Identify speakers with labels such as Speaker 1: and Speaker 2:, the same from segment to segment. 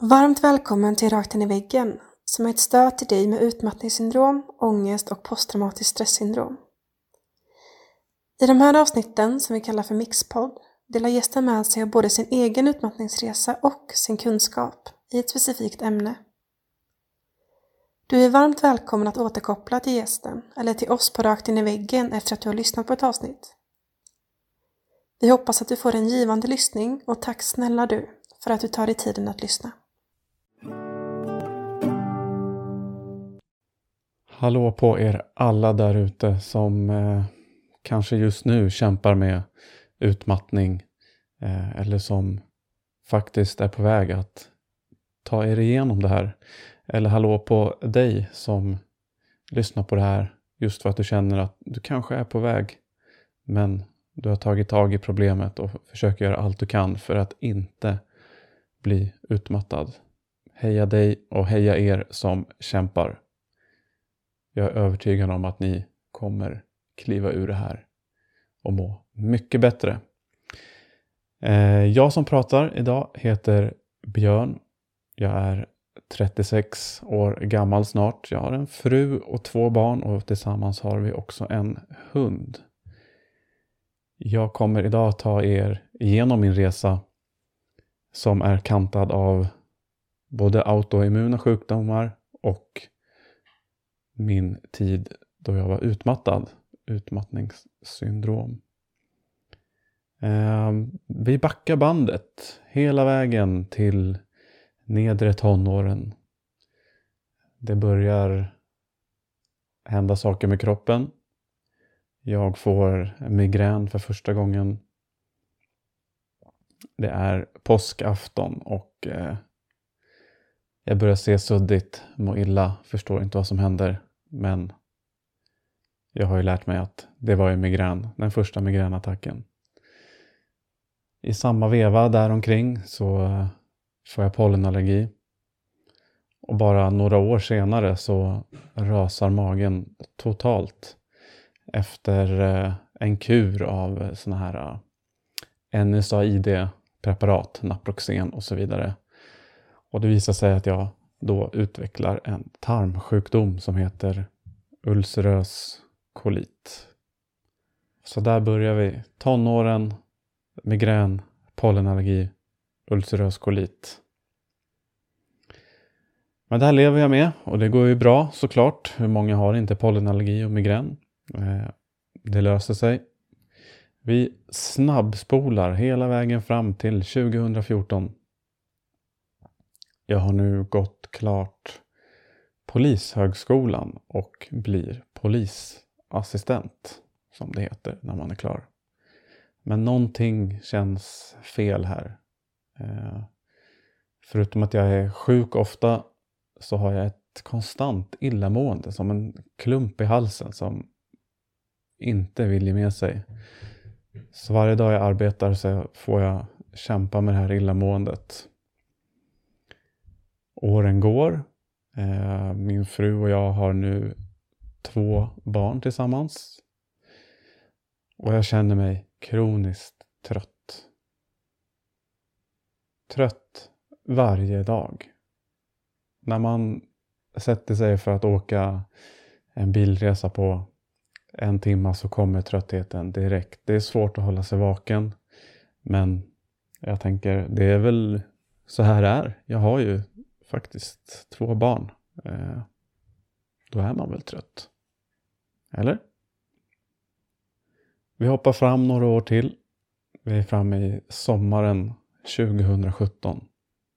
Speaker 1: Varmt välkommen till Rakt in i väggen, som är ett stöd till dig med utmattningssyndrom, ångest och posttraumatiskt stresssyndrom. I de här avsnitten, som vi kallar för Mixpodd, delar gästen med sig av både sin egen utmattningsresa och sin kunskap i ett specifikt ämne. Du är varmt välkommen att återkoppla till gästen eller till oss på Rakt in i väggen efter att du har lyssnat på ett avsnitt. Vi hoppas att du får en givande lyssning och tack snälla du för att du tar dig tiden att lyssna.
Speaker 2: Hallå på er alla där ute som kanske just nu kämpar med utmattning eller som faktiskt är på väg att ta er igenom det här. Eller hallå på dig som lyssnar på det här just för att du känner att du kanske är på väg, men du har tagit tag i problemet och försöker göra allt du kan för att inte bli utmattad. Heja dig och heja er som kämpar. Jag är övertygad om att ni kommer kliva ur det här och må mycket bättre. Jag som pratar idag heter Björn. Jag är 36 år gammal snart. Jag har en fru och 2 barn och tillsammans har vi också en hund. Jag kommer idag ta er igenom min resa som är kantad av både autoimmuna sjukdomar och min tid då jag var utmattad, utmattningssyndrom. Vi backar bandet hela vägen till nedre tonåren. Det börjar hända saker med kroppen. Jag får migrän för första gången. Det är påskafton och jag börjar se suddigt, må illa, förstår inte vad som händer. Men jag har ju lärt mig att det var ju migrän, den första migränattacken. I samma veva däromkring så får jag pollenallergi. Och bara några år senare så rasar magen totalt. Efter en kur av såna här NSAID-preparat, Naproxen och så vidare. Och det visar sig att jag då utvecklar en tarmsjukdom som heter ulcerös kolit. Så där börjar vi. Tonåren, migrän, pollenallergi, ulcerös kolit. Men det här lever jag med och det går ju bra såklart. Hur många har inte pollenallergi och migrän? Det löser sig. Vi snabbspolar hela vägen fram till 2014. Jag har nu gått klart polishögskolan och blir polisassistent, som det heter när man är klar. Men någonting känns fel här. Förutom att jag är sjuk ofta så har jag ett konstant illamående, som en klump i halsen som inte vill ge med sig. Så varje dag jag arbetar så får jag kämpa med det här illamåendet. Åren går. Min fru och jag har nu 2 barn tillsammans. Och jag känner mig kroniskt trött. Trött varje dag. När man sätter sig för att åka en bilresa på 1 timme så kommer tröttheten direkt. Det är svårt att hålla sig vaken. Men jag tänker, det är väl så här det är. Jag har ju faktiskt 2 barn. Då är man väl trött. Eller? Vi hoppar fram några år till. Vi är framme i sommaren 2017.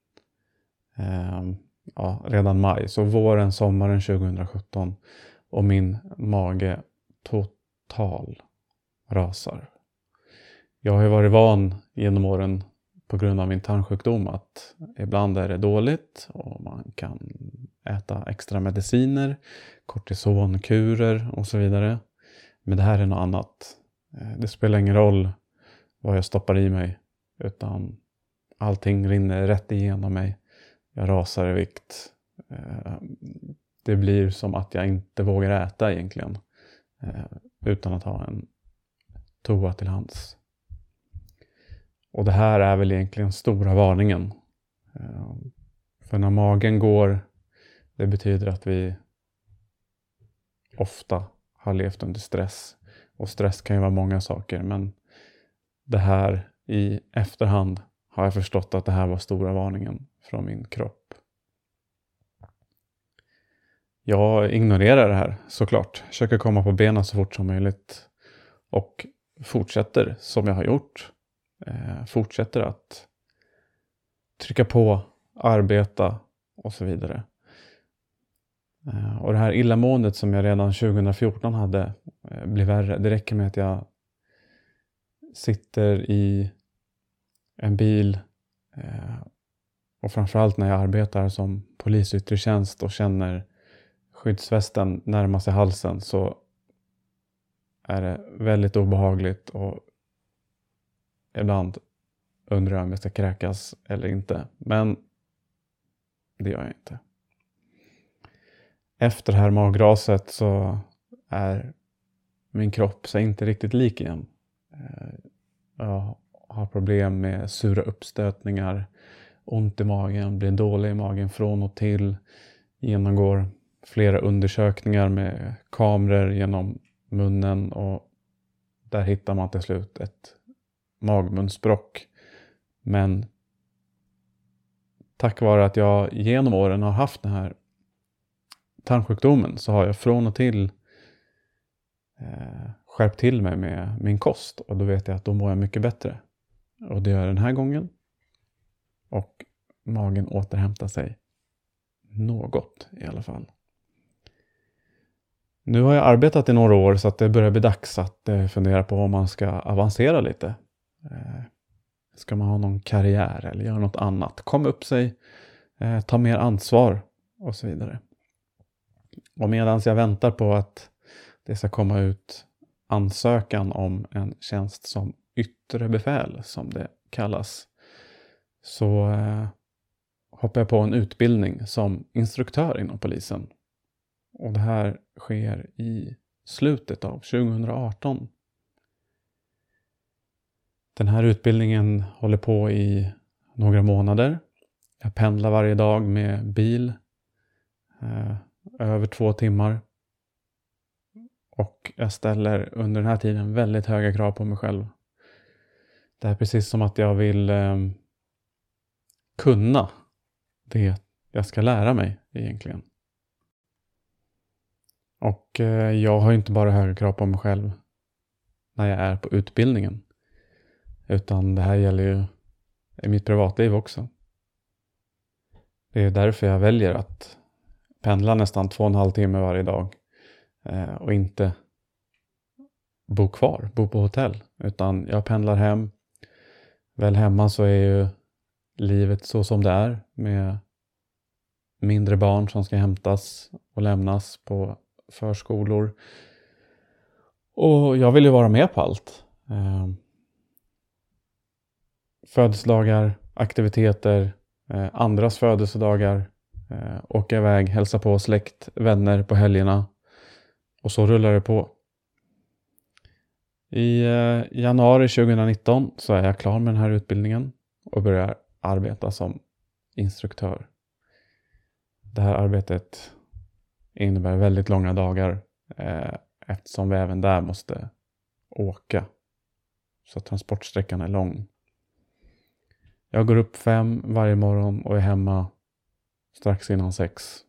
Speaker 2: Redan maj. Så våren, sommaren 2017. Och min mage total rasar. Jag har ju varit van genom åren på grund av min tarmsjukdom att ibland är det dåligt och man kan äta extra mediciner, kortisonkurer och så vidare. Men det här är något annat. Det spelar ingen roll vad jag stoppar i mig, utan allting rinner rätt igenom mig. Jag rasar i vikt. Det blir som att jag inte vågar äta egentligen utan att ha en toa till hands. Och det här är väl egentligen stora varningen. För när magen går, det betyder att vi ofta har levt under stress. Och stress kan ju vara många saker, men det här i efterhand har jag förstått att det här var stora varningen från min kropp. Jag ignorerar det här såklart. Försöker komma på benen så fort som möjligt. Och fortsätter som jag har gjort. Fortsätter att trycka på, arbeta och så vidare. Och det här illamåendet som jag redan 2014 hade blir värre. Det räcker med att jag sitter i en bil och framförallt när jag arbetar som polis i yttre tjänst och känner skyddsvästen närma sig halsen, så är det väldigt obehagligt och ibland undrar jag om jag ska kräkas eller inte. Men det gör jag inte. Efter det här magraset så är min kropp så inte riktigt lik igen. Jag har problem med sura uppstötningar, ont i magen, blir dålig i magen från och till. Genomgår flera undersökningar med kameror genom munnen och där hittar man till slut ett magmunsbråck. Men tack vare att jag genom åren har haft den här tarmsjukdomen så har jag från och till skärpt till mig med min kost. Och då vet jag att då mår jag mycket bättre. Och det gör jag den här gången. Och magen återhämtar sig något i alla fall. Nu har jag arbetat i några år så att det börjar bli dags att fundera på om man ska avancera lite. Ska man ha någon karriär eller göra något annat? Komma upp sig, ta mer ansvar och så vidare. Och medan jag väntar på att det ska komma ut ansökan om en tjänst som yttre befäl som det kallas, så hoppar jag på en utbildning som instruktör inom polisen. Och det här sker i slutet av 2018. Den här utbildningen håller på i några månader. Jag pendlar varje dag med bil över 2 timmar. Och jag ställer under den här tiden väldigt höga krav på mig själv. Det är precis som att jag vill kunna det jag ska lära mig egentligen. Och jag har inte bara höga krav på mig själv när jag är på utbildningen. Utan det här gäller ju i mitt privatliv också. Det är därför jag väljer att pendla nästan 2,5 timmar varje dag. Och inte bo på hotell. Utan jag pendlar hem. Väl hemma så är ju livet så som det är. Med mindre barn som ska hämtas och lämnas på förskolor. Och jag vill ju vara med på allt. Födelsedagar, aktiviteter, andras födelsedagar. Åka iväg, hälsa på släkt, vänner på helgerna. Och så rullar det på. I januari 2019 så är jag klar med den här utbildningen och börjar arbeta som instruktör. Det här arbetet innebär väldigt långa dagar eftersom vi även där måste åka. Så transportsträckan är lång. Jag går upp 5 varje morgon och är hemma strax innan 6.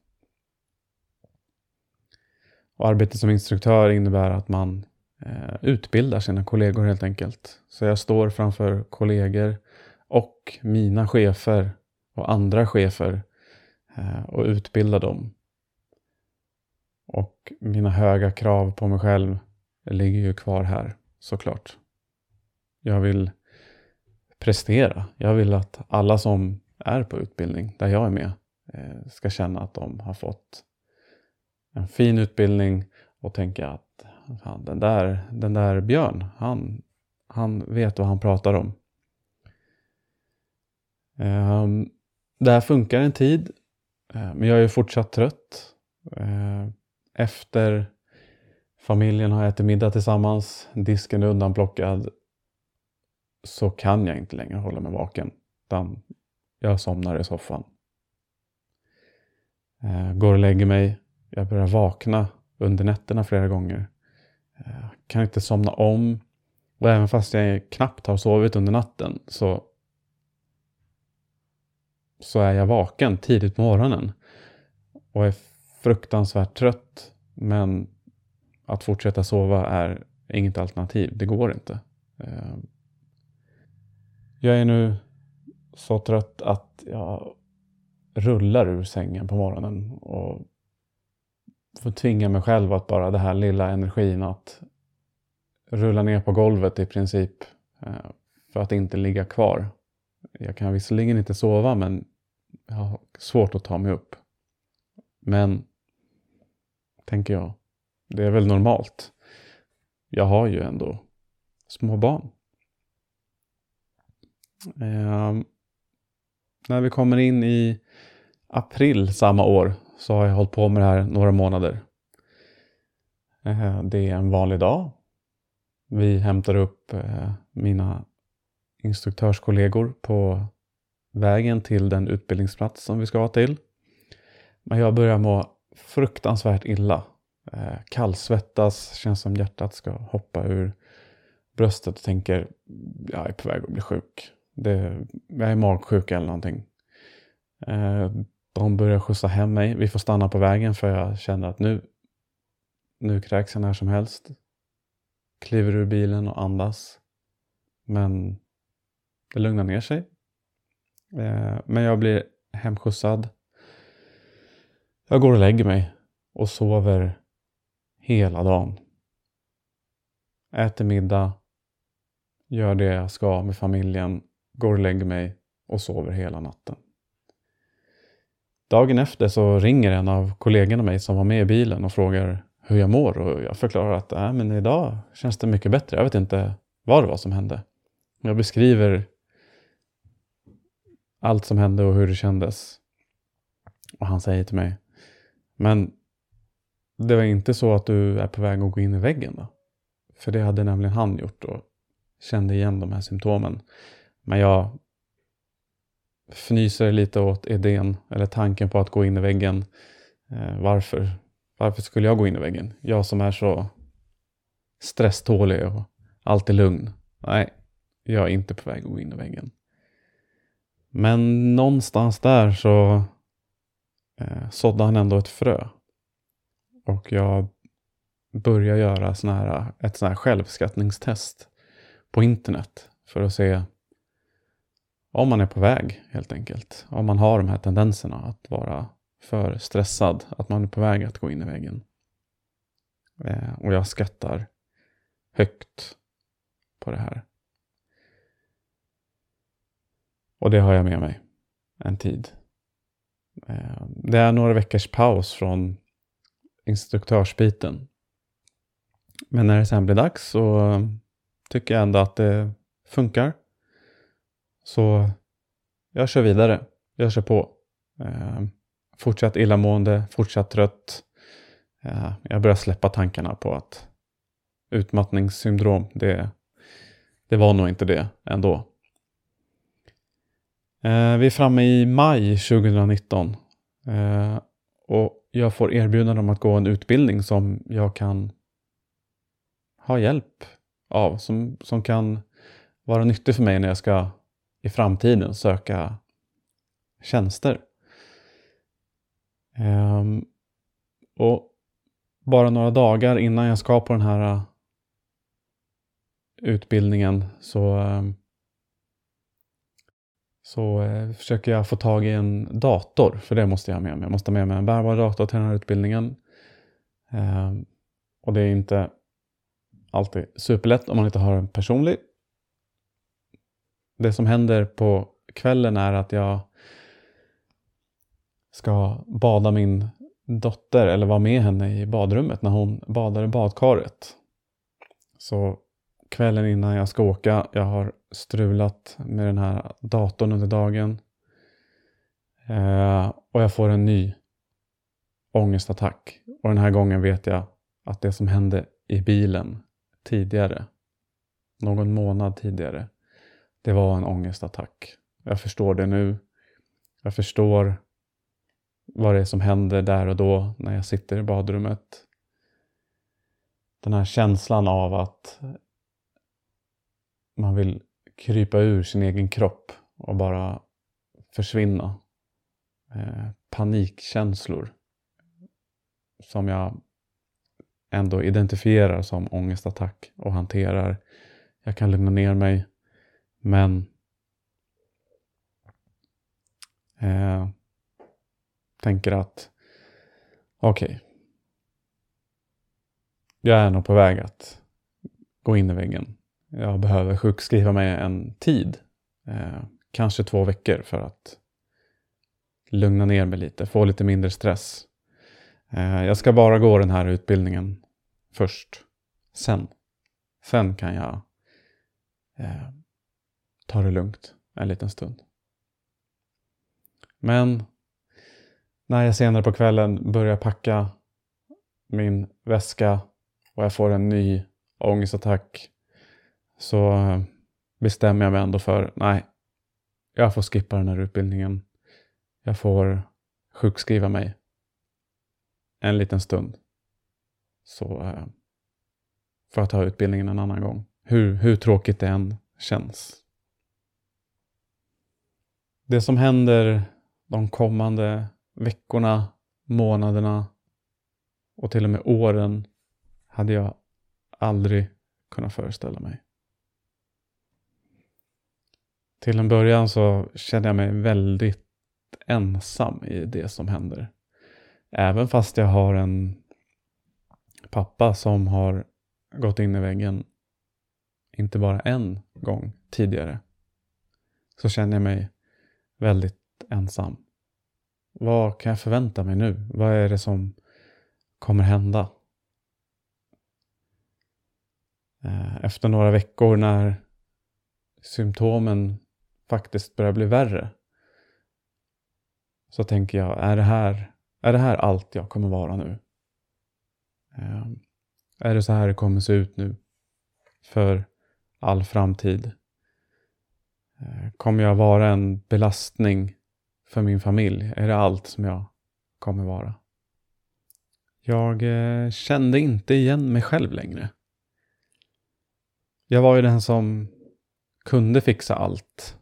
Speaker 2: Och arbetet som instruktör innebär att man utbildar sina kollegor helt enkelt. Så jag står framför kollegor och mina chefer och andra chefer och utbildar dem. Och mina höga krav på mig själv ligger ju kvar här såklart. Jag vill prestera. Jag vill att alla som är på utbildning där jag är med ska känna att de har fått en fin utbildning och tänka att den där Björn, han vet vad han pratar om. Det här funkar en tid, men jag är fortsatt trött. Efter familjen har ätit middag tillsammans, disken är undanplockad, så kan jag inte längre hålla mig vaken. Utan jag somnar i soffan. Går och lägger mig. Jag börjar vakna under nätterna flera gånger. Kan inte somna om. Och även fast jag knappt har sovit under natten så är jag vaken tidigt på morgonen. Och är fruktansvärt trött. Men att fortsätta sova är inget alternativ. Det går inte. Jag är nu så trött att jag rullar ur sängen på morgonen. Och får tvinga mig själv att bara det här lilla energin att rulla ner på golvet i princip. För att inte ligga kvar. Jag kan visserligen inte sova, men jag har svårt att ta mig upp. Men, tänker jag, det är väl normalt. Jag har ju ändå små barn. När vi kommer in i april samma år så har jag hållit på med det här några månader. Det är en vanlig dag. Vi hämtar upp mina instruktörskollegor på vägen till den utbildningsplats som vi ska till. Men jag börjar må fruktansvärt illa. Kallsvettas, känns som hjärtat ska hoppa ur bröstet och tänker jag är på väg att bli sjuk. Jag är magsjuk eller någonting. De börjar skjutsa hem mig. Vi får stanna på vägen för jag känner att nu kräks jag när som helst. Kliver ur bilen och andas. Men det lugnar ner sig. Men jag blir hemskjutsad. Jag går och lägger mig och sover hela dagen. Äter middag. Gör det jag ska med familjen. Går och lägger mig och sover hela natten. Dagen efter så ringer en av kollegorna mig som var med i bilen och frågar hur jag mår. Och jag förklarar att men idag känns det mycket bättre. Jag vet inte vad det var som hände. Jag beskriver allt som hände och hur det kändes. Och han säger till mig, men det var inte så att du är på väg att gå in i väggen då? För det hade nämligen han gjort och kände igen de här symptomen. Men jag fnyser lite åt idén eller tanken på att gå in i väggen. Varför skulle jag gå in i väggen? Jag som är så stresstålig och alltid lugn. Nej, jag är inte på väg att gå in i väggen. Men någonstans där så sådde han ändå ett frö. Och jag börjar göra ett sån här självskattningstest på internet. För att se om man är på väg helt enkelt. Om man har de här tendenserna att vara för stressad. Att man är på väg att gå in i väggen. Och jag skattar högt på det här. Och det har jag med mig en tid. Det är några veckors paus från instruktörsbiten. Men när det sen blir dags så tycker jag ändå att det funkar. Så jag kör vidare. Jag kör på. Fortsatt illamående, fortsatt trött. Jag börjar släppa tankarna på att utmattningssyndrom, det var nog inte det ändå. Vi är framme i maj 2019. Och jag får erbjudande om att gå en utbildning som jag kan ha hjälp av. Som kan vara nyttig för mig när jag ska i framtiden söka tjänster. Och bara några dagar innan jag ska på den här utbildningen så försöker jag få tag i en dator. För det måste jag ha med mig. Jag måste ha med mig en bärbar dator till den här utbildningen. Och det är inte alltid superlätt om man inte har en personlig. Det som händer på kvällen är att jag ska bada min dotter. Eller vara med henne i badrummet när hon badar i badkaret. Så kvällen innan jag ska åka. Jag har strulat med den här datorn under dagen. Och jag får en ny ångestattack. Och den här gången vet jag att det som hände i bilen tidigare. Någon månad tidigare. Det var en ångestattack. Jag förstår det nu. Jag förstår vad det är som händer där och då när jag sitter i badrummet. Den här känslan av att man vill krypa ur sin egen kropp och bara försvinna. Panikkänslor som jag ändå identifierar som ångestattack och hanterar. Jag kan lugna ner mig, men tänker att okej, jag är nog på väg att gå in i väggen. Jag behöver sjukskriva mig en tid, kanske 2 veckor, för att lugna ner mig lite, få lite mindre stress. Jag ska bara gå den här utbildningen först. Sen kan jag ta det lugnt en liten stund. Men när jag senare på kvällen börjar packa min väska och jag får en ny ångestattack, så bestämmer jag mig ändå för, nej, jag får skippa den här utbildningen. Jag får sjukskriva mig en liten stund. Så får jag ta utbildningen en annan gång. Hur tråkigt det än känns. Det som händer de kommande veckorna, månaderna och till och med åren hade jag aldrig kunnat föreställa mig. Till en början så kände jag mig väldigt ensam i det som händer. Även fast jag har en pappa som har gått in i väggen inte bara en gång tidigare, så känner jag mig väldigt ensam. Vad kan jag förvänta mig nu? Vad är det som kommer hända? Efter några veckor när symptomen faktiskt börjar bli värre, så tänker jag, är det här allt jag kommer vara nu? Är det så här det kommer se ut nu för all framtid? Kommer jag vara en belastning för min familj? Är det allt som jag kommer vara? Jag kände inte igen mig själv längre. Jag var ju den som kunde fixa allt.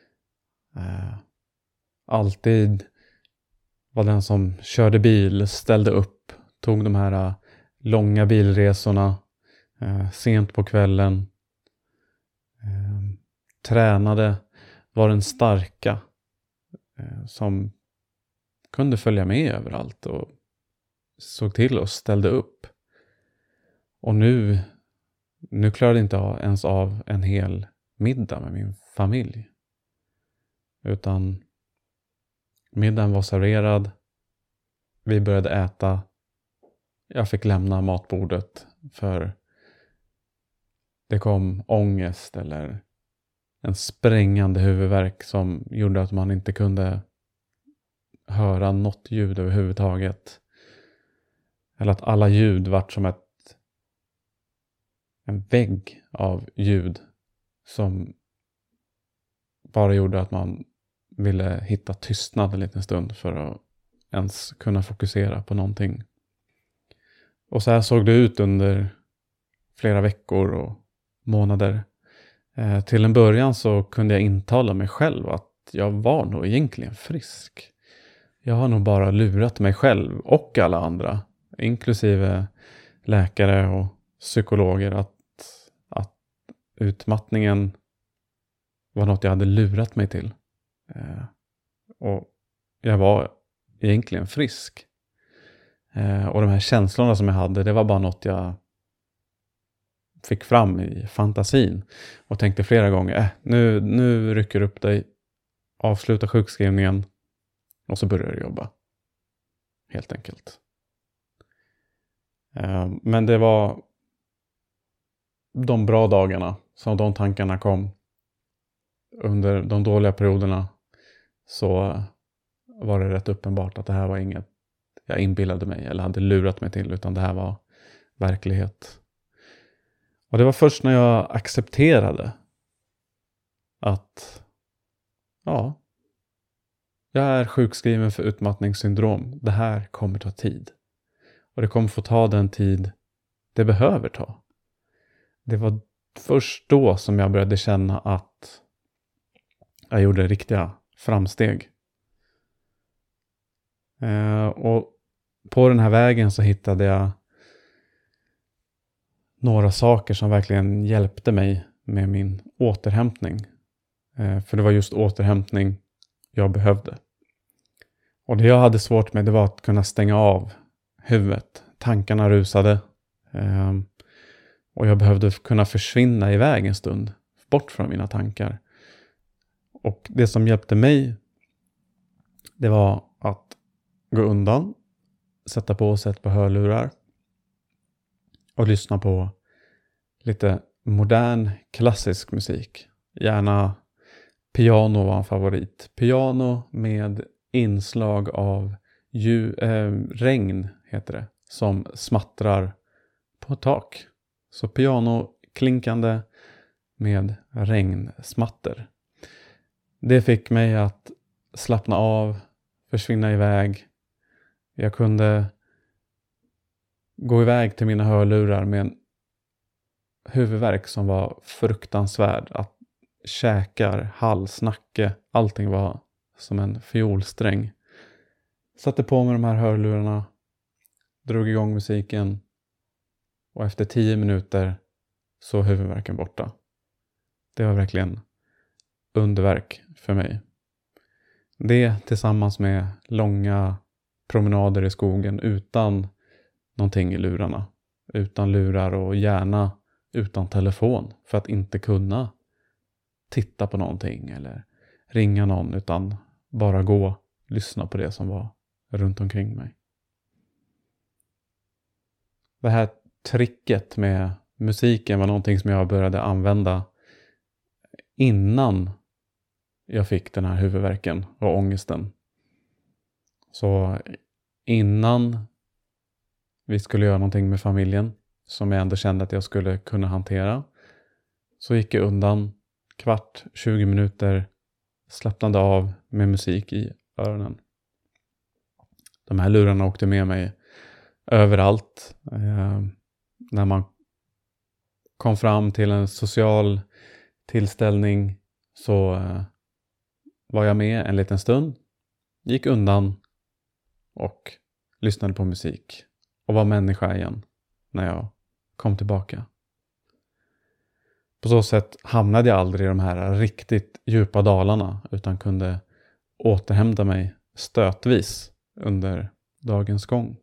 Speaker 2: Alltid var den som körde bil, ställde upp, tog de här långa bilresorna sent på kvällen. Tränade, var den starka som kunde följa med överallt och såg till och ställde upp. Och nu klarade jag inte ens av en hel middag med min familj. Utan middagen var serverad. Vi började äta. Jag fick lämna matbordet för det kom ångest eller en sprängande huvudvärk som gjorde att man inte kunde höra något ljud överhuvudtaget. Eller att alla ljud vart som en vägg av ljud som bara gjorde att man ville hitta tystnad en liten stund för att ens kunna fokusera på någonting. Och så här såg det ut under flera veckor och månader. Till en början så kunde jag intala mig själv att jag var nog egentligen frisk. Jag har nog bara lurat mig själv och alla andra, inklusive läkare och psykologer, att utmattningen var något jag hade lurat mig till. Och jag var egentligen frisk. Och de här känslorna som jag hade, det var bara något jag fick fram i fantasin. Och tänkte flera gånger, nu rycker upp dig, avsluta sjukskrivningen och så börjar du jobba. Helt enkelt. Men det var de bra dagarna som de tankarna kom. Under de dåliga perioderna så var det rätt uppenbart att det här var inget jag inbillade mig eller hade lurat mig till, utan det här var verklighet. Och det var först när jag accepterade att Jag är sjukskriven för utmattningssyndrom. Det här kommer ta tid. Och det kommer få ta den tid det behöver ta. Det var först då som jag började känna att jag gjorde riktiga framsteg. Och på den här vägen så hittade jag några saker som verkligen hjälpte mig med min återhämtning. För det var just återhämtning jag behövde. Och det jag hade svårt med, det var att kunna stänga av huvudet. Tankarna rusade. Och jag behövde kunna försvinna iväg en stund. Bort från mina tankar. Och det som hjälpte mig, det var att gå undan. Sätta på sig ett par hörlurar. Och lyssna på lite modern klassisk musik. Gärna piano var en favorit. Piano med inslag av regn heter det. Som smattrar på tak. Så piano klinkande med regnsmatter. Det fick mig att slappna av, försvinna iväg. Jag kunde gå iväg till mina hörlurar med en huvudvärk som var fruktansvärd. Att käkar, hals, nacke, allting var som en fiolsträng. Satte på mig de här hörlurarna, drog igång musiken och efter 10 minuter så huvudvärken borta. Det var verkligen underverk för mig. Det tillsammans med långa promenader i skogen utan någonting i lurarna. Utan lurar och gärna utan telefon för att inte kunna titta på någonting eller ringa någon utan bara gå, lyssna på det som var runt omkring mig. Det här tricket med musiken var någonting som jag började använda innan jag fick den här huvudvärken och ångesten. Så innan vi skulle göra någonting med familjen som jag ändå kände att jag skulle kunna hantera, så gick jag undan 20 minuter slappnade av med musik i öronen. De här lurarna åkte med mig överallt. När man kom fram till en social tillställning så var jag med en liten stund, gick undan och lyssnade på musik och var människa igen när jag kom tillbaka. På så sätt hamnade jag aldrig i de här riktigt djupa dalarna utan kunde återhämta mig stötvis under dagens gång.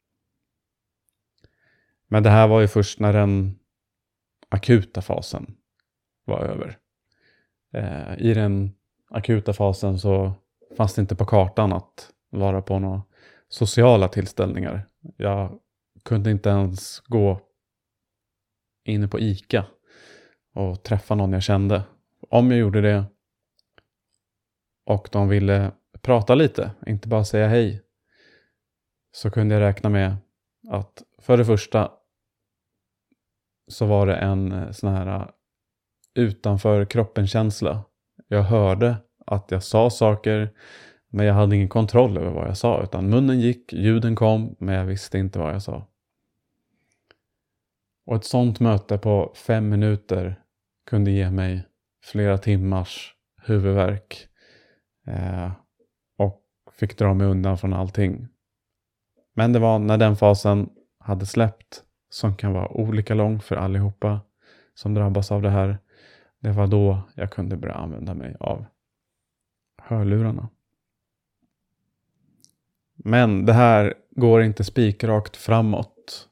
Speaker 2: Men det här var ju först när den akuta fasen var över. I den akuta fasen så fanns det inte på kartan att vara på några sociala tillställningar. Jag kunde inte ens gå inne på ICA och träffa någon jag kände. Om jag gjorde det och de ville prata lite, inte bara säga hej, så kunde jag räkna med att för det första så var det en sån här utanför kroppen-känsla. Jag hörde att jag sa saker, men jag hade ingen kontroll över vad jag sa, utan munnen gick, ljuden kom, men jag visste inte vad jag sa. Och ett sånt möte på 5 minuter kunde ge mig flera timmars huvudvärk och fick dra mig undan från allting. Men det var när den fasen hade släppt, som kan vara olika lång för allihopa som drabbas av det här. Det var då jag kunde börja använda mig av hörlurarna. Men det här går inte spikrakt framåt.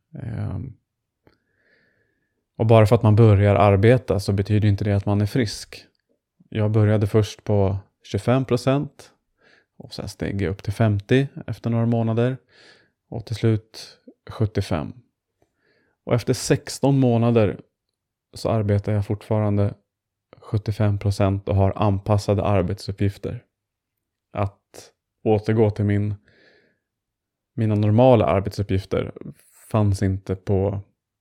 Speaker 2: Och bara för att man börjar arbeta så betyder inte det att man är frisk. Jag började först på 25% och sen steg jag upp till 50% efter några månader och till slut 75%. Och efter 16 månader så arbetar jag fortfarande 75% och har anpassade arbetsuppgifter. Att återgå till mina normala arbetsuppgifter fanns inte på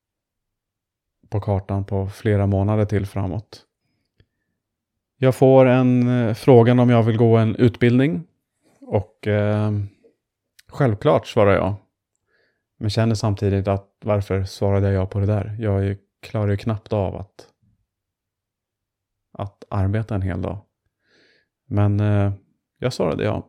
Speaker 2: kartan på flera månader till framåt. Jag får en frågan om jag vill gå en utbildning Och självklart svarar jag. Men känner samtidigt att varför svarade jag på det där? Jag klarar ju knappt av att arbeta en hel dag. Men jag svarade ja.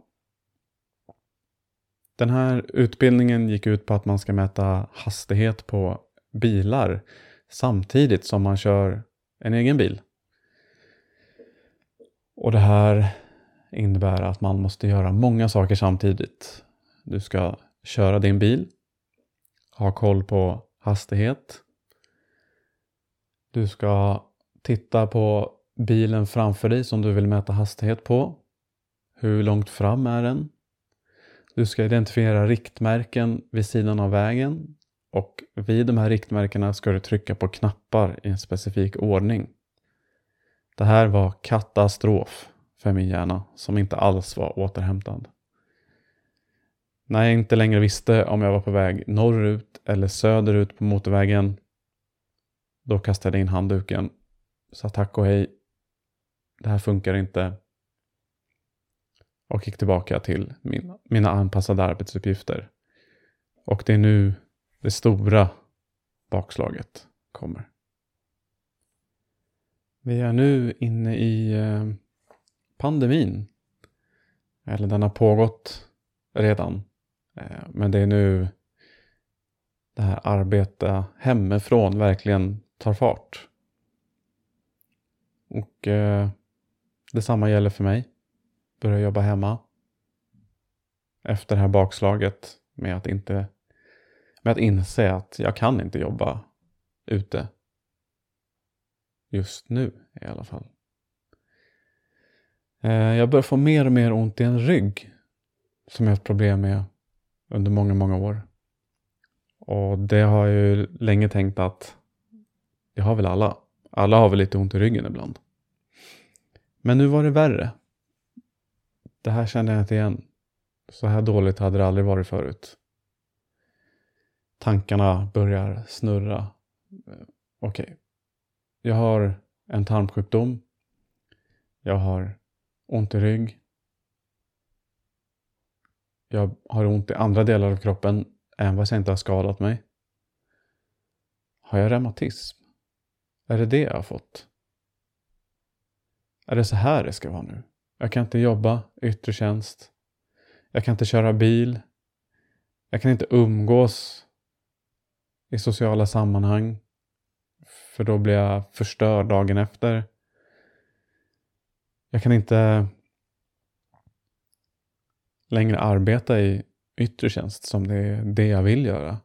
Speaker 2: Den här utbildningen gick ut på att man ska mäta hastighet på bilar samtidigt som man kör en egen bil. Och det här innebär att man måste göra många saker samtidigt. Du ska köra din bil, ha koll på hastighet. Du ska titta på bilen framför dig som du vill mäta hastighet på. Hur långt fram är den? Du ska identifiera riktmärken vid sidan av vägen. Och vid de här riktmärkena ska du trycka på knappar i en specifik ordning. Det här var katastrof för min hjärna som inte alls var återhämtad. När jag inte längre visste om jag var på väg norrut eller söderut på motorvägen, då kastade jag in handduken. Sa tack och hej, det här funkar inte. Och gick tillbaka till mina anpassade arbetsuppgifter. Och det är nu det stora bakslaget kommer. Vi är nu inne i pandemin. Eller den har pågått redan. Men det är nu det här arbeta hemifrån verkligen tar fart. Och detsamma gäller för mig. Börja jobba hemma. Efter det här bakslaget med att inse att jag kan inte jobba ute. Just nu i alla fall. Jag börjar få mer och mer ont i en rygg. Som jag har ett problem med under många, många år. Och det har jag ju länge tänkt att det har väl alla. Alla har väl lite ont i ryggen ibland. Men nu var det värre. Det här kände jag inte igen. Så här dåligt hade det aldrig varit förut. Tankarna börjar snurra. Okej. Jag har en tarmsjukdom. Jag har ont i rygg. Jag har ont i andra delar av kroppen även fast jag inte har skadat mig. Har jag reumatism? Är det jag har fått? Är det så här det ska vara nu? Jag kan inte jobba yttre tjänst. Jag kan inte köra bil. Jag kan inte umgås i sociala sammanhang. För då blir jag förstörd dagen efter. Jag kan inte längre arbeta i yttre tjänst som det är det jag vill göra.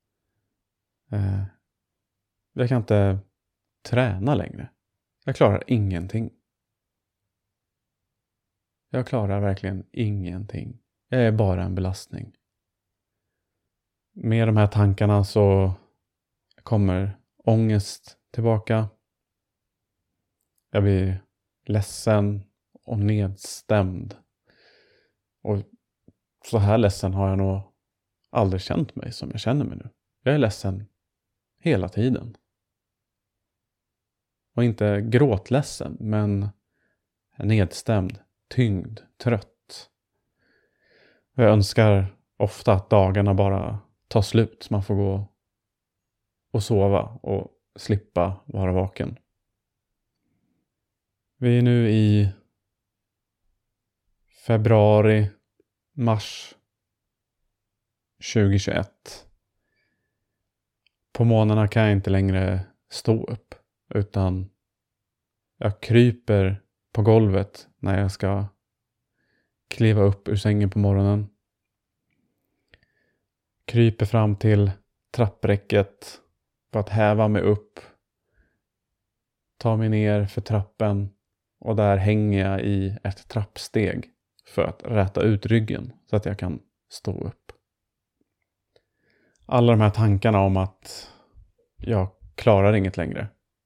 Speaker 2: Jag kan inte träna längre. Jag klarar ingenting. Jag klarar verkligen ingenting. Jag är bara en belastning. Med de här tankarna så kommer ångest tillbaka. Jag blir ledsen och nedstämd. Och så här ledsen har jag nog aldrig känt mig som jag känner mig nu. Jag är ledsen hela tiden. Och inte gråtledsen, men nedstämd, tyngd, trött. Och jag önskar ofta att dagarna bara tar slut så man får gå och sova och slippa vara vaken. Vi är nu i februari, mars 2021. På månaderna kan jag inte längre stå upp utan jag kryper på golvet när jag ska kliva upp ur sängen på morgonen. Kryper fram till trappräcket för att häva mig upp. Ta mig ner för trappen och där hänger jag i ett trappsteg för att räta ut ryggen så att jag kan stå upp. Alla de här tankarna om att jag klarar inget längre.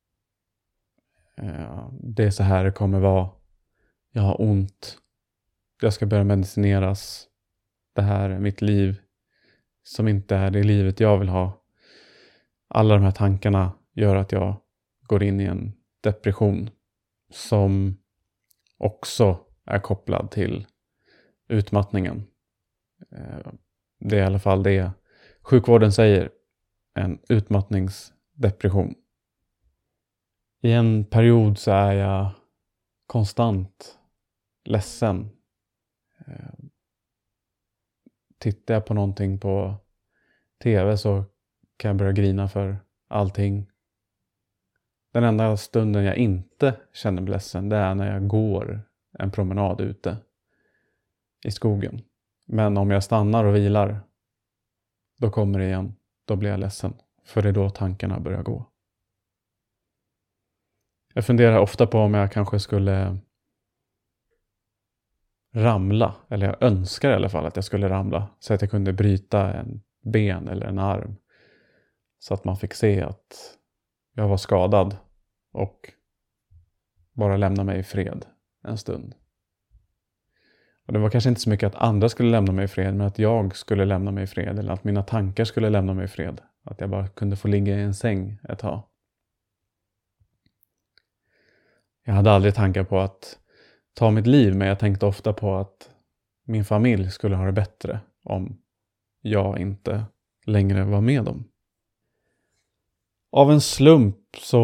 Speaker 2: Det är så här det kommer vara. Jag har ont. Jag ska börja medicineras. Det här är mitt liv som inte är det livet jag vill ha. Alla de här tankarna gör att jag går in i en depression som också är kopplad till utmattningen. Det är i alla fall det sjukvården säger. En utmattningsdepression. I en period så är jag konstant ledsen. Tittar jag på någonting på tv så kan jag börja grina för allting. Den enda stunden jag inte känner mig ledsen, det är när jag går en promenad ute i skogen. Men om jag stannar och vilar, då kommer det igen. Då blir jag ledsen. För det är då tankarna börjar gå. Jag funderar ofta på om jag kanske skulle ramla. Eller jag önskar i alla fall att jag skulle ramla. Så att jag kunde bryta en ben eller en arm. Så att man fick se att jag var skadad. Och bara lämna mig i fred en stund. Och det var kanske inte så mycket att andra skulle lämna mig i fred. Men att jag skulle lämna mig i fred. Eller att mina tankar skulle lämna mig i fred. Att jag bara kunde få ligga i en säng ett tag. Jag hade aldrig tankar på att ta mitt liv. Men jag tänkte ofta på att min familj skulle ha det bättre. Om jag inte längre var med dem. Av en slump så...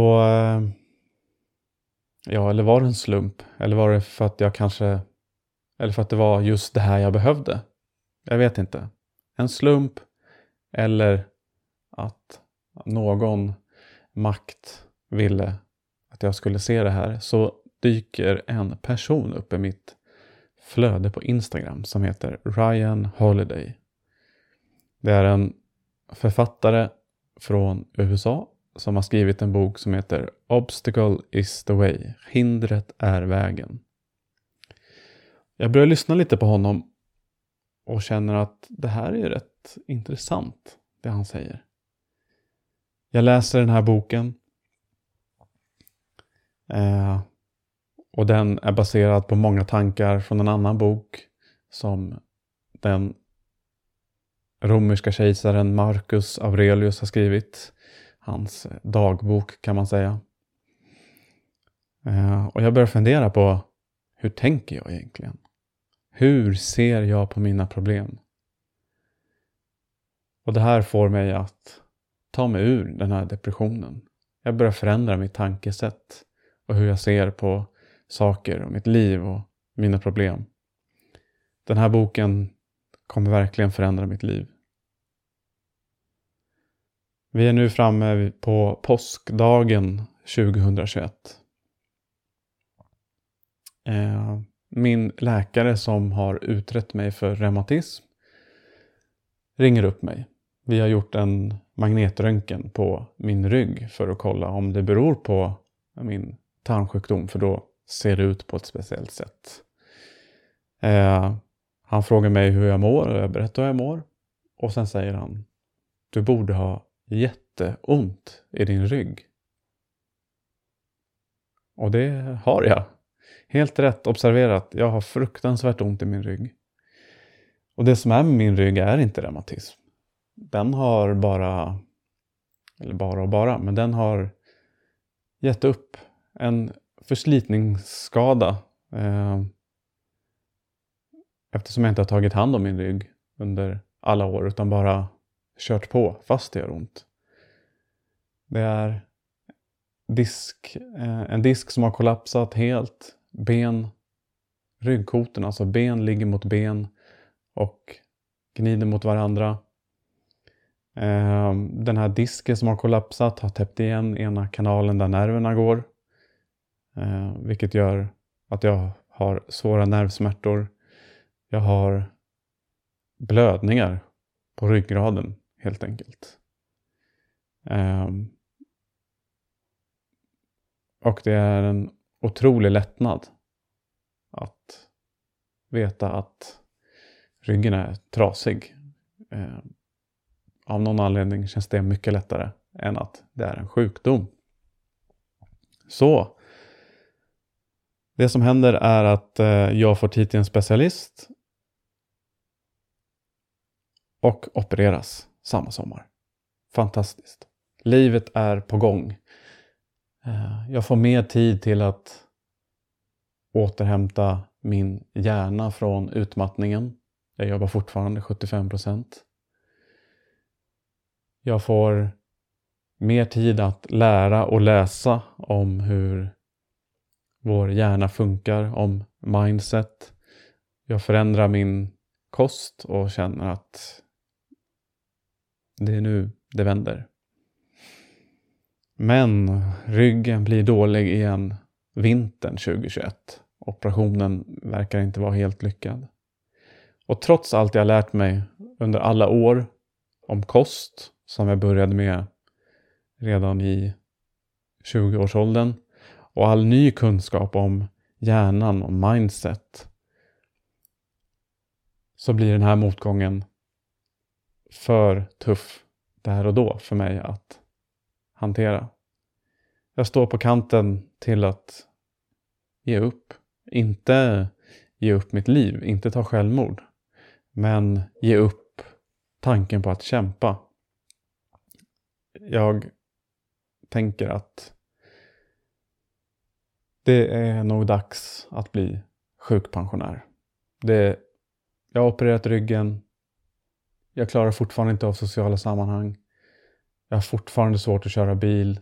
Speaker 2: Ja, eller var det en slump? Eller var det för att jag kanske... Eller för att det var just det här jag behövde? Jag vet inte. En slump. Eller att någon makt ville att jag skulle se det här. Så dyker en person upp i mitt flöde på Instagram som heter Ryan Holiday. Det är en författare från USA som har skrivit en bok som heter Obstacle is the way. Hindret är vägen. Jag börjar lyssna lite på honom och känner att det här är rätt intressant, det han säger. Jag läser den här boken. Och den är baserad på många tankar från en annan bok som den romerska kejsaren Marcus Aurelius har skrivit. Hans dagbok kan man säga. Och jag börjar fundera på hur tänker jag egentligen? Hur ser jag på mina problem? Och det här får mig att ta mig ur den här depressionen. Jag börjar förändra mitt tankesätt och hur jag ser på saker och mitt liv och mina problem. Den här boken kommer verkligen förändra mitt liv. Vi är nu framme på påskdagen 2021. Min läkare som har utrett mig för reumatism ringer upp mig. Vi har gjort en magnetröntgen på min rygg för att kolla om det beror på min tarmsjukdom, för då ser det ut på ett speciellt sätt. Han frågar mig hur jag mår och jag berättar hur jag mår. Och sen säger han: du borde ha jätteont i din rygg. Och det har jag. Helt rätt observerat. Jag har fruktansvärt ont i min rygg. Och det som är med min rygg är inte reumatism. Den har men den har gett upp en förslitningsskada. Eftersom jag inte har tagit hand om min rygg under alla år utan bara kört på fast det gör ont. Det är en disk som har kollapsat helt. Ryggkotorna, alltså ben ligger mot ben och gnider mot varandra. Den här disken som har kollapsat har täppt igen ena kanalen där nerverna går. Vilket gör att jag har svåra nervsmärtor. Jag har blödningar på ryggraden helt enkelt. Och det är en otrolig lättnad att veta att ryggen är trasig. Av någon anledning känns det mycket lättare än att det är en sjukdom. Så det som händer är att jag får tid till en specialist och opereras samma sommar. Fantastiskt. Livet är på gång. Jag får mer tid till att återhämta min hjärna från utmattningen. Jag jobbar fortfarande 75%. Jag får mer tid att lära och läsa om hur vår hjärna funkar, om mindset. Jag förändrar min kost och känner att det är nu det vänder. Men ryggen blir dålig igen vintern 2021. Operationen verkar inte vara helt lyckad. Och trots allt jag lärt mig under alla år om kost, som jag började med redan i 20-årsåldern, och all ny kunskap om hjärnan och mindset, så blir den här motgången för tuff där och då för mig att hantera. Jag står på kanten till att ge upp. Inte ge upp mitt liv, inte ta självmord, men ge upp tanken på att kämpa. Jag tänker att det är nog dags att bli sjukpensionär. Jag har opererat ryggen. Jag klarar fortfarande inte av sociala sammanhang. Jag har fortfarande svårt att köra bil.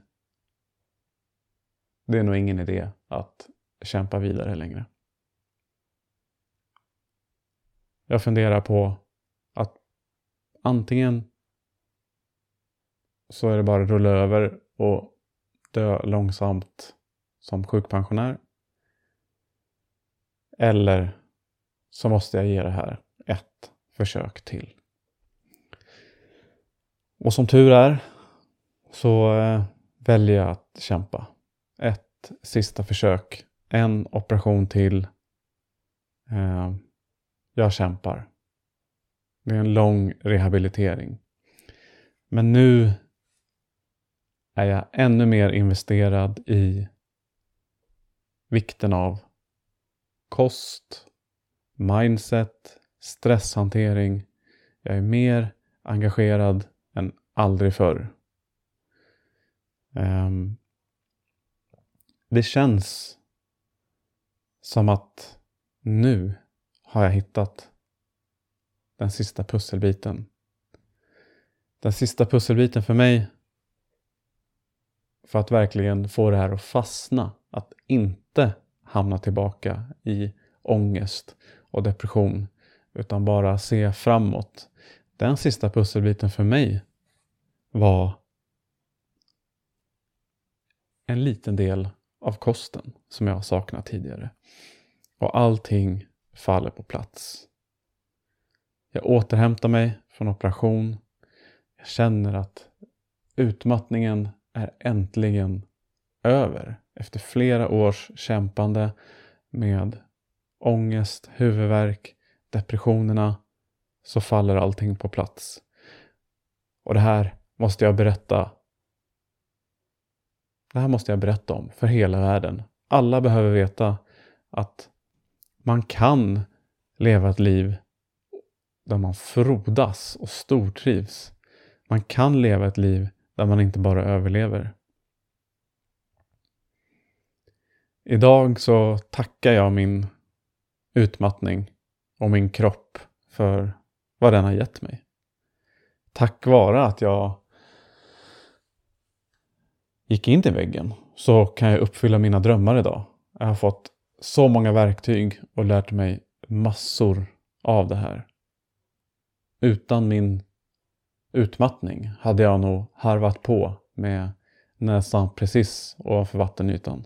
Speaker 2: Det är nog ingen idé att kämpa vidare längre. Jag funderar på att antingen så är det bara att rulla över och dö långsamt som sjukpensionär. Eller så måste jag ge det här ett försök till. Och som tur är så väljer jag att kämpa. Ett sista försök. En operation till. Jag kämpar. Det är en lång rehabilitering. Men nu är jag ännu mer investerad i vikten av kost, mindset, stresshantering. Jag är mer engagerad än aldrig förr. Det känns som att nu har jag hittat den sista pusselbiten. Den sista pusselbiten för mig, för att verkligen få det här att fastna. Att inte hamna tillbaka i ångest och depression, utan bara se framåt. Den sista pusselbiten för mig var en liten del av kosten som jag har saknat tidigare. Och allting faller på plats. Jag återhämtar mig från operation. Jag känner att utmattningen är äntligen över. Efter flera års kämpande med ångest, huvudvärk, depressionerna, så faller allting på plats. Och det här måste jag berätta. Det här måste jag berätta om för hela världen. Alla behöver veta att man kan leva ett liv där man frodas och stortrivs. Man kan leva ett liv där man inte bara överlever. Idag så tackar jag min utmattning och min kropp för vad den har gett mig. Tack vare att jag gick in till väggen så kan jag uppfylla mina drömmar idag. Jag har fått så många verktyg och lärt mig massor av det här. Utan min utmattning hade jag nog harvat på med nästan precis ovanför vattenytan.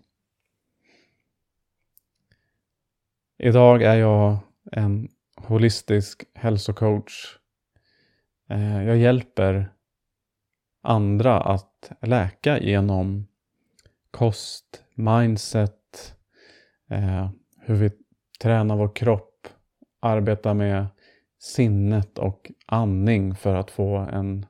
Speaker 2: Idag är jag en holistisk hälsocoach. Jag hjälper andra att läka genom kost, mindset, hur vi tränar vår kropp, arbetar med sinnet och andning för att få en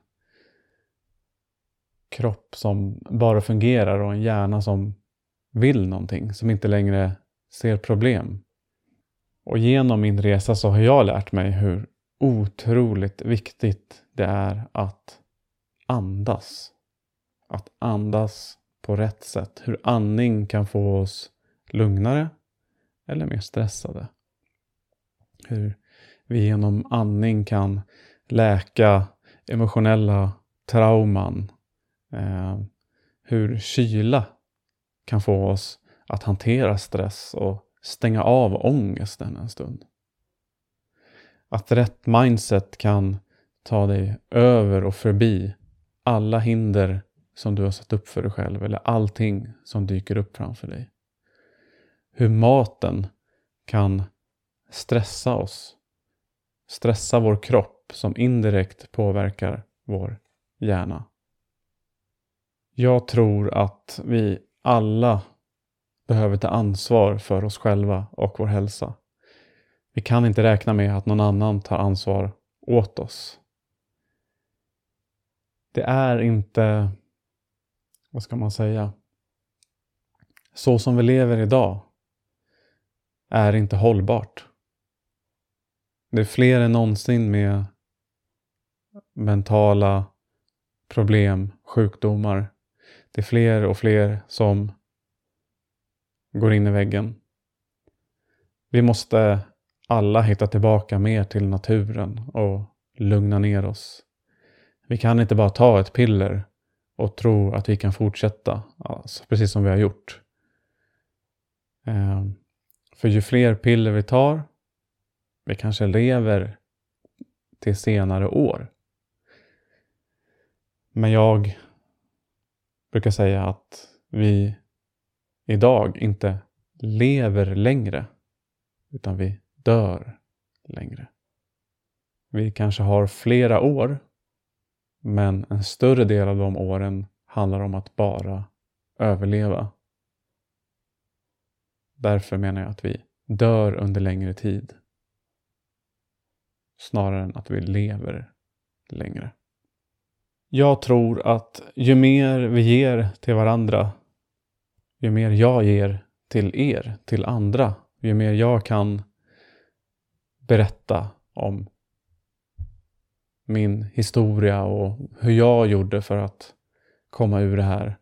Speaker 2: kropp som bara fungerar och en hjärna som vill någonting, som inte längre ser problem. Och genom min resa så har jag lärt mig hur otroligt viktigt det är att andas. Att andas på rätt sätt. Hur andning kan få oss lugnare eller mer stressade. Hur vi genom andning kan läka emotionella trauman. Hur kyla kan få oss att hantera stress och stänga av ångesten en stund. Att rätt mindset kan ta dig över och förbi alla hinder som du har satt upp för dig själv eller allting som dyker upp framför dig. Hur maten kan stressa oss. Stressa vår kropp som indirekt påverkar vår hjärna. Jag tror att vi alla behöver ta ansvar för oss själva och vår hälsa. Vi kan inte räkna med att någon annan tar ansvar åt oss. Det är inte, vad ska man säga, så som vi lever idag är inte hållbart. Det är fler än någonsin med mentala problem, sjukdomar. Det är fler och fler som går in i väggen. Vi måste alla hitta tillbaka mer till naturen och lugna ner oss. Vi kan inte bara ta ett piller och tro att vi kan fortsätta precis som vi har gjort. För ju fler piller vi tar, vi kanske lever till senare år. Men jag brukar säga att vi idag inte lever längre, utan vi dör längre. Vi kanske har flera år, men en större del av de åren handlar om att bara överleva. Därför menar jag att vi dör under längre tid, snarare än att vi lever längre. Jag tror att ju mer vi ger till varandra, ju mer jag ger till er, till andra, ju mer jag kan berätta om min historia och hur jag gjorde för att komma ur det här.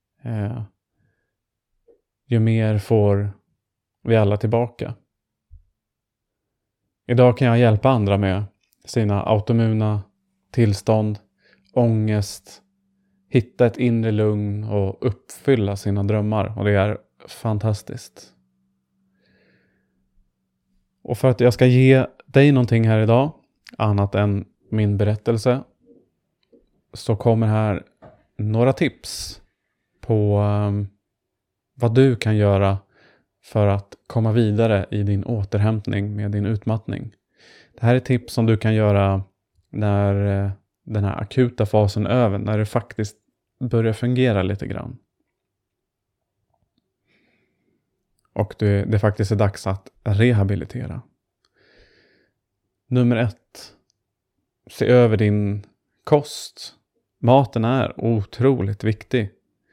Speaker 2: Ju mer får vi alla tillbaka. Idag kan jag hjälpa andra med sina autoimmuna tillstånd, ångest, hitta ett inre lugn och uppfylla sina drömmar. Och det är fantastiskt. Och för att jag ska ge dig någonting här idag, annat än min berättelse, så kommer här några tips på vad du kan göra för att komma vidare i din återhämtning med din utmattning. Det här är tips som du kan göra när den här akuta fasen är över, när det faktiskt börjar fungera lite grann. Och det faktiskt är dags att rehabilitera. Nummer 1. Se över din kost. Maten är otroligt viktig.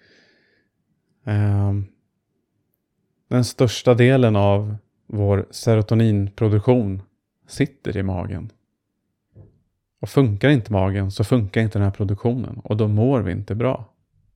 Speaker 2: Den största delen av vår serotoninproduktion sitter i magen. Och funkar inte magen så funkar inte den här produktionen. Och då mår vi inte bra.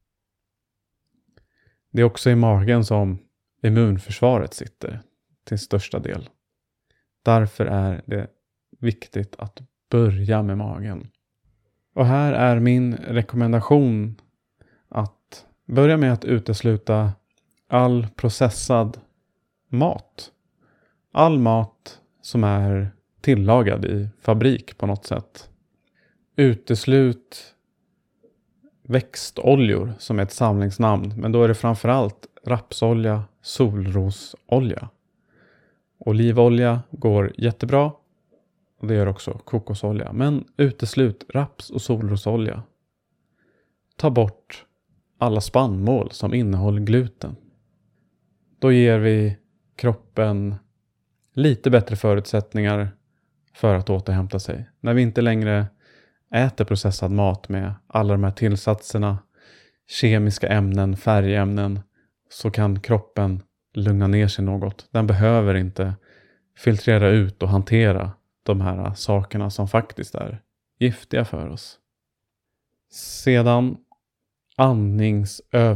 Speaker 2: Det är också i magen som immunförsvaret sitter till största del. Därför är det viktigt att börja med magen. Och här är min rekommendation att börja med att utesluta all processad mat. All mat som är tillagad i fabrik på något sätt. Uteslut växtoljor som är ett samlingsnamn. Men då är det framförallt rapsolja, solrosolja. Olivolja går jättebra. Och det gör också kokosolja. Men uteslut raps- och solrosolja. Ta bort alla spannmål som innehåller gluten. Då ger vi kroppen lite bättre förutsättningar för att återhämta sig. När vi inte längre äter processad mat med alla de här tillsatserna, kemiska ämnen, färgämnen, så kan kroppen lugna ner sig något. Den behöver inte filtrera ut och hantera de här sakerna som faktiskt är giftiga för oss. Sedan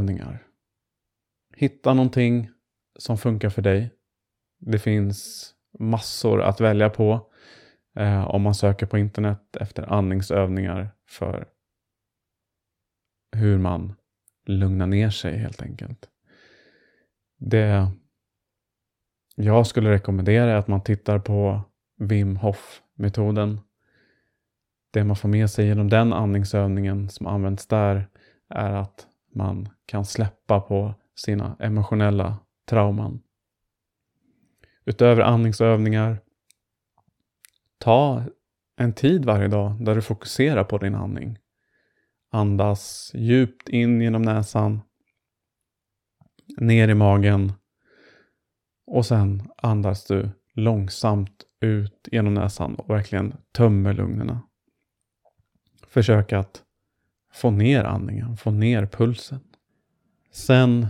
Speaker 2: andningsövningar. Hitta någonting som funkar för dig. Det finns massor att välja på om man söker på internet efter andningsövningar för hur man lugnar ner sig helt enkelt. Det jag skulle rekommendera är att man tittar på Wim Hof-metoden. Det man får med sig genom den andningsövningen som används där är att man kan släppa på sina emotionella trauman. Utöver andningsövningar, ta en tid varje dag där du fokuserar på din andning. Andas djupt in genom näsan, ner i magen och sen andas du långsamt ut genom näsan och verkligen tömmer lungorna. Försök att få ner andningen, få ner pulsen. Sen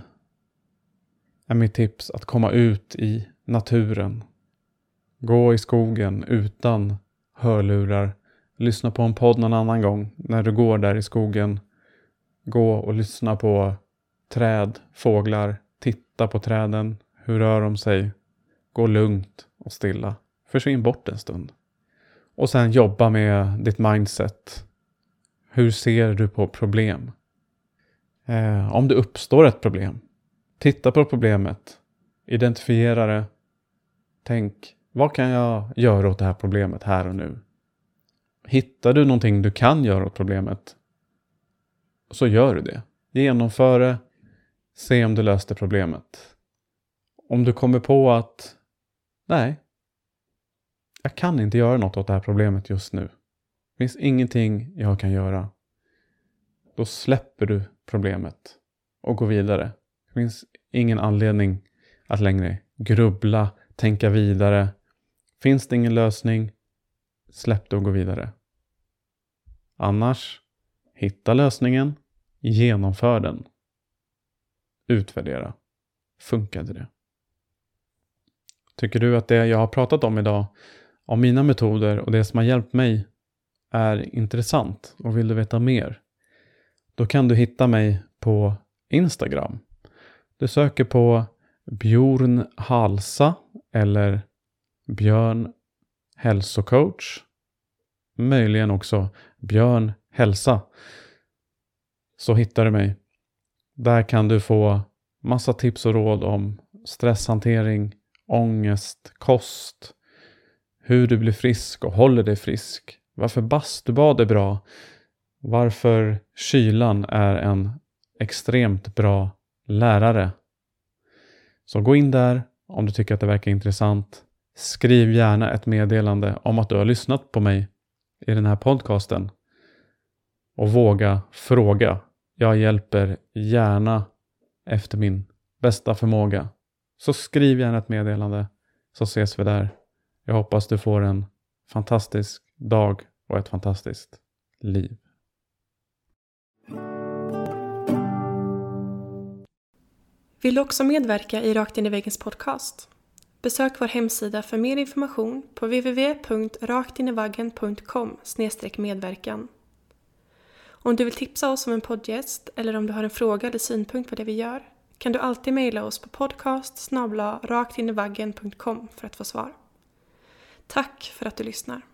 Speaker 2: är mitt tips att komma ut i naturen. Gå i skogen utan hörlurar. Lyssna på en podd någon annan gång när du går där i skogen. Gå och lyssna på träd, fåglar. Titta på träden. Hur rör de sig? Gå lugnt och stilla. Försvinn bort en stund. Och sen jobba med ditt mindset. Hur ser du på problem? Om det uppstår ett problem. Titta på problemet. Identifiera det. Tänk, vad kan jag göra åt det här problemet här och nu? Hittar du någonting du kan göra åt problemet, så gör du det. Genomför det. Se om du löste problemet. Om du kommer på att nej, jag kan inte göra något åt det här problemet just nu. Det finns ingenting jag kan göra. Då släpper du problemet och går vidare. Det finns ingen anledning att längre grubbla, tänka vidare. Finns det ingen lösning, släpp det och gå vidare. Annars, hitta lösningen, genomför den. Utvärdera. Funkade det? Tycker du att det jag har pratat om idag, om mina metoder och det som har hjälpt mig är intressant och vill du veta mer? Då kan du hitta mig på Instagram. Du söker på Björn Halsa eller Björn hälsocoach. Möjligen också Björn hälsa. Så hittar du mig. Där kan du få massa tips och råd om stresshantering, ångest, kost, hur du blir frisk och håller dig frisk, varför bastubad är bra, varför kylan är en extremt bra lärare. Så gå in där om du tycker att det verkar intressant. Skriv gärna ett meddelande om att du har lyssnat på mig i den här podcasten. Och våga fråga. Jag hjälper gärna efter min bästa förmåga. Så skriv gärna ett meddelande så ses vi där. Jag hoppas du får en fantastisk dag och ett fantastiskt liv.
Speaker 1: Vill du också medverka i Rakt in i väggens podcast? Besök vår hemsida för mer information på www.raktinivaggen.com/medverkan. Om du vill tipsa oss om en poddgäst eller om du har en fråga eller synpunkt på det vi gör kan du alltid mejla oss på podcast@raktinivaggen.com för att få svar. Tack för att du lyssnar.